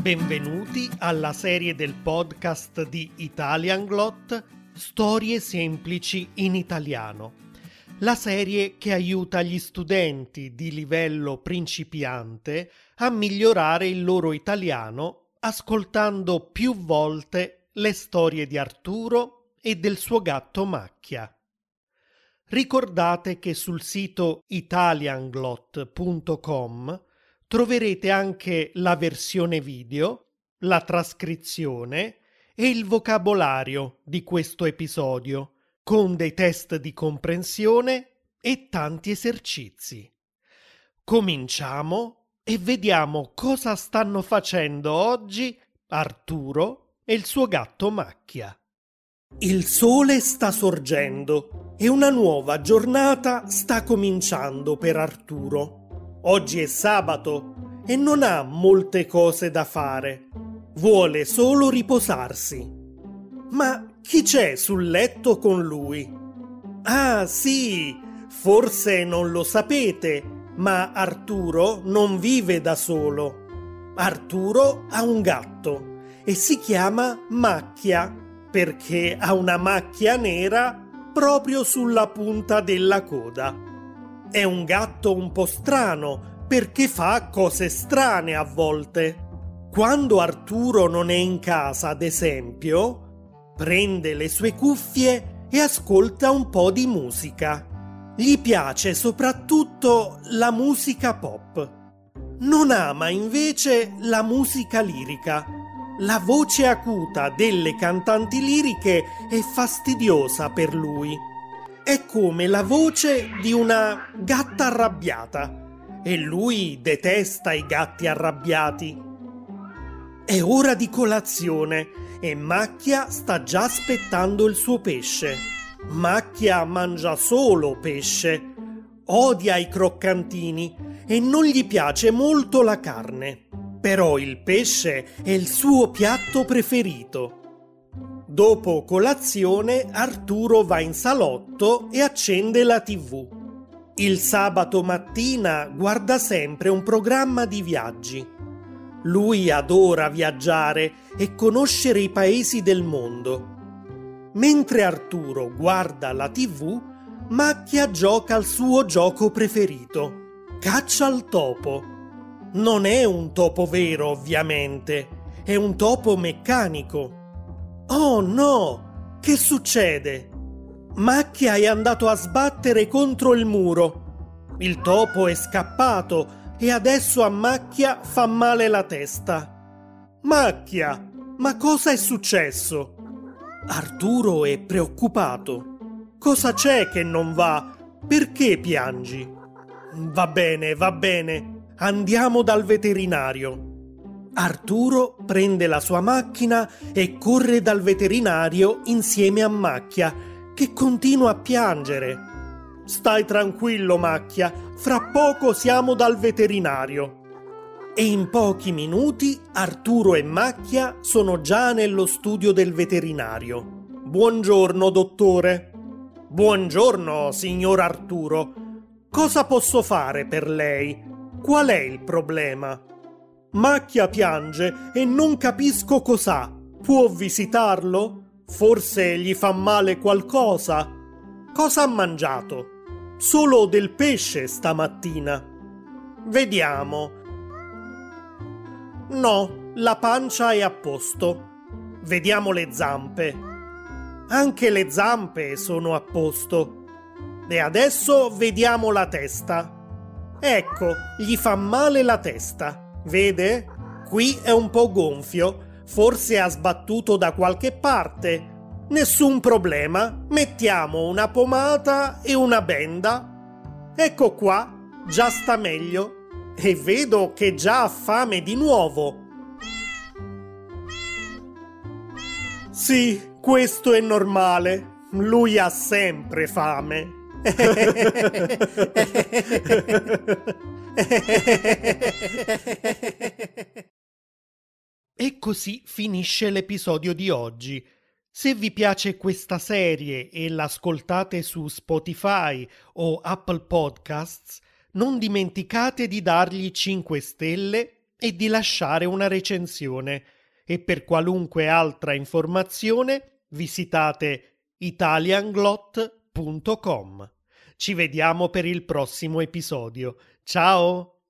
Benvenuti alla serie del podcast di Italianglot Storie semplici in italiano. La serie che aiuta gli studenti di livello principiante a migliorare il loro italiano ascoltando più volte le storie di Arturo e del suo gatto Macchia. Ricordate che sul sito italianglot.com troverete anche la versione video, la trascrizione e il vocabolario di questo episodio, con dei test di comprensione e tanti esercizi. Cominciamo e vediamo cosa stanno facendo oggi Arturo e il suo gatto Macchia. Il sole sta sorgendo e una nuova giornata sta cominciando per Arturo. Oggi è sabato e non ha molte cose da fare. Vuole solo riposarsi. Ma chi c'è sul letto con lui? Ah, sì, forse non lo sapete, ma Arturo non vive da solo. Arturo ha un gatto e si chiama Macchia perché ha una macchia nera proprio sulla punta della coda. È un gatto un po' strano perché fa cose strane a volte. Quando Arturo non è in casa, ad esempio, prende le sue cuffie e ascolta un po' di musica. Gli piace soprattutto la musica pop. Non ama invece la musica lirica. La voce acuta delle cantanti liriche è fastidiosa per lui. È come la voce di una gatta arrabbiata e lui detesta i gatti arrabbiati. È ora di colazione e Macchia sta già aspettando il suo pesce. Macchia mangia solo pesce, odia i croccantini e non gli piace molto la carne. Però il pesce è il suo piatto preferito. Dopo colazione Arturo va in salotto e accende la TV. Il sabato mattina guarda sempre un programma di viaggi. Lui adora viaggiare e conoscere i paesi del mondo. Mentre Arturo guarda la TV, Macchia gioca al suo gioco preferito, caccia al topo. Non è un topo vero, ovviamente, è un topo meccanico. Oh no! Che succede? Macchia è andato a sbattere contro il muro. Il topo è scappato e adesso a Macchia fa male la testa. Macchia, ma cosa è successo? Arturo è preoccupato. Cosa c'è che non va? Perché piangi? Va bene, andiamo dal veterinario. Arturo prende la sua macchina e corre dal veterinario insieme a Macchia, che continua a piangere. Stai tranquillo, Macchia, fra poco siamo dal veterinario. E in pochi minuti Arturo e Macchia sono già nello studio del veterinario. Buongiorno, dottore. Buongiorno, signor Arturo. Cosa posso fare per lei? Qual è il problema? Macchia piange e non capisco cos'ha. Può visitarlo? Forse gli fa male qualcosa? Cosa ha mangiato? Solo del pesce stamattina. Vediamo. No, la pancia è a posto. Vediamo le zampe. Anche le zampe sono a posto. E adesso vediamo la testa. Ecco, gli fa male la testa. Vede? Qui è un po' gonfio, forse ha sbattuto da qualche parte. Nessun problema, mettiamo una pomata e una benda. Ecco qua, già sta meglio. E vedo che già ha fame di nuovo. Sì, questo è normale. Lui ha sempre fame. E così finisce l'episodio di oggi. Se vi piace questa serie e l'ascoltate su Spotify o Apple Podcasts, non dimenticate di dargli 5 stelle e di lasciare una recensione. E per qualunque altra informazione visitate italianglot.com. Ci vediamo per il prossimo episodio. Ciao!